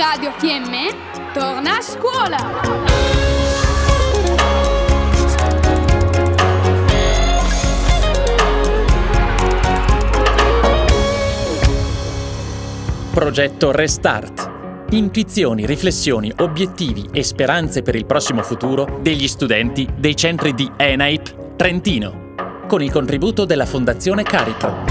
Radio Fiemme torna a scuola! Progetto Restart. Intuizioni, riflessioni, obiettivi e speranze per il prossimo futuro degli studenti dei centri di ENAIP Trentino, con il contributo della Fondazione Carito.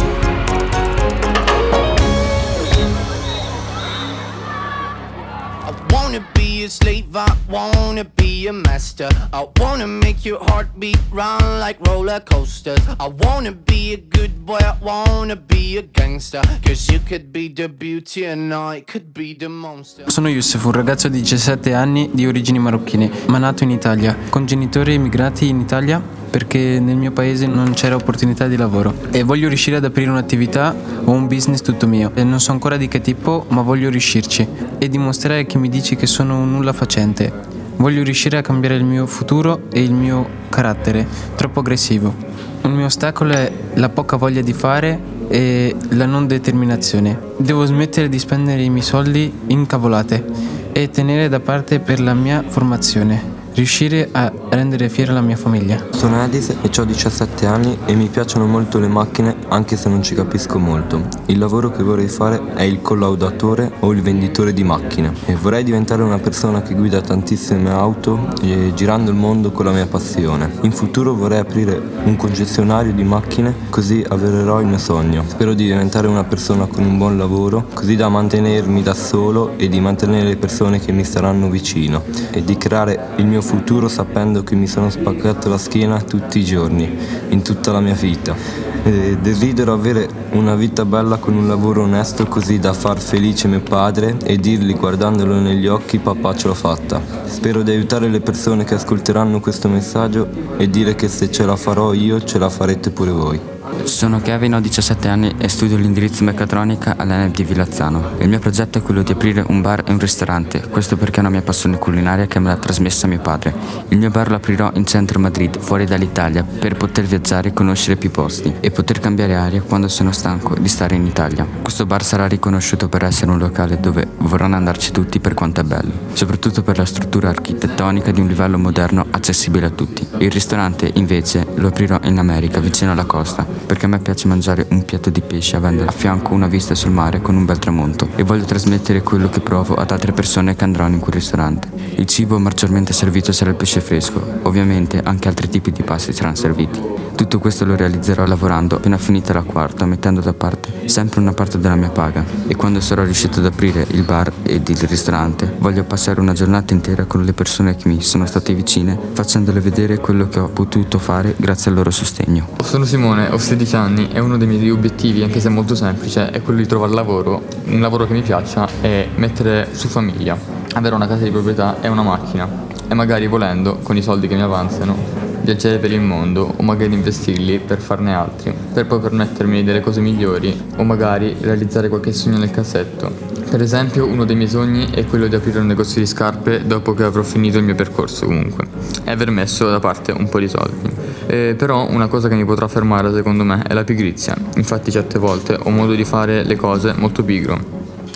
A slave, I wanna be a master. I wanna make your heartbeat run like roller coasters. I wanna be a good boy, I wanna be a gangster. Cause you could be the beauty and I could be the monster. Sono Youssef, un ragazzo di 17 anni di origini marocchine, ma nato in Italia, con genitori immigrati in Italia perché nel mio paese non c'era opportunità di lavoro. E voglio riuscire ad aprire un'attività o un business tutto mio. E non so ancora di che tipo, ma voglio riuscirci e dimostrare a chi mi dice che sono un nulla facente. Voglio riuscire a cambiare il mio futuro e il mio carattere, troppo aggressivo. Il mio ostacolo è la poca voglia di fare e la non determinazione. Devo smettere di spendere i miei soldi in cavolate e tenere da parte per la mia formazione. Riuscire a rendere fiera la mia famiglia. Sono Edis e ho 17 anni e mi piacciono molto le macchine, anche se non ci capisco molto. Il lavoro che vorrei fare è il collaudatore o il venditore di macchine e vorrei diventare una persona che guida tantissime auto e girando il mondo con la mia passione. In futuro vorrei aprire un concessionario di macchine, così avvererò il mio sogno. Spero di diventare una persona con un buon lavoro, così da mantenermi da solo e di mantenere le persone che mi staranno vicino e di creare il mio futuro sapendo che mi sono spaccato la schiena tutti i giorni, in tutta la mia vita. Desidero avere una vita bella con un lavoro onesto così da far felice mio padre e dirgli guardandolo negli occhi: papà, ce l'ho fatta. Spero di aiutare le persone che ascolteranno questo messaggio e dire che se ce la farò io, ce la farete pure voi. Sono Kevin, ho 17 anni e studio l'indirizzo meccatronica all'ENAIP di Villazzano. Il mio progetto è quello di aprire un bar e un ristorante, questo perché è una mia passione culinaria che me l'ha trasmessa mio padre. Il mio bar lo aprirò in centro a Madrid, fuori dall'Italia, per poter viaggiare e conoscere più posti e poter cambiare aria quando sono stanco di stare in Italia. Questo bar sarà riconosciuto per essere un locale dove vorranno andarci tutti per quanto è bello, soprattutto per la struttura architettonica di un livello moderno accessibile a tutti. Il ristorante invece lo aprirò in America, vicino alla costa, perché a me piace mangiare un piatto di pesce avendo a fianco una vista sul mare con un bel tramonto e voglio trasmettere quello che provo ad altre persone che andranno in quel ristorante. Il cibo maggiormente servito sarà il pesce fresco, ovviamente anche altri tipi di pasti saranno serviti. Tutto questo lo realizzerò lavorando appena finita la quarta, mettendo da parte sempre una parte della mia paga, e quando sarò riuscito ad aprire il bar ed il ristorante voglio passare una giornata intera con le persone che mi sono state vicine, facendole vedere quello che ho potuto fare grazie al loro sostegno. Sono Simone, ho 16 anni e uno dei miei obiettivi, anche se molto semplice, è quello di trovare lavoro, un lavoro che mi piaccia e mettere su famiglia, avere una casa di proprietà e una macchina e magari, volendo, con i soldi che mi avanzano, viaggiare per il mondo o magari investirli per farne altri, per poi permettermi delle cose migliori o magari realizzare qualche sogno nel cassetto. Per esempio, uno dei miei sogni è quello di aprire un negozio di scarpe dopo che avrò finito il mio percorso comunque e aver messo da parte un po' di soldi. Però una cosa che mi potrà fermare secondo me è la pigrizia. Infatti certe volte ho modo di fare le cose molto pigro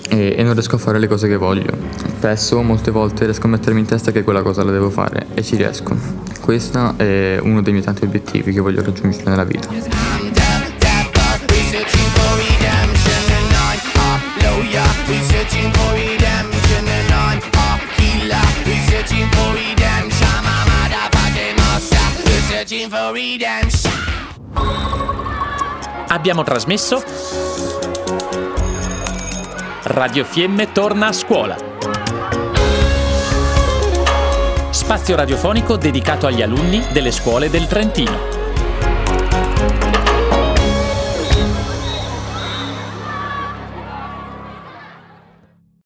e non riesco a fare le cose che voglio. Spesso, molte volte, riesco a mettermi in testa che quella cosa la devo fare e ci riesco. Questo è uno dei miei tanti obiettivi che voglio raggiungere nella vita. Abbiamo trasmesso Radio Fiemme torna a scuola. Spazio radiofonico dedicato agli alunni delle scuole del Trentino.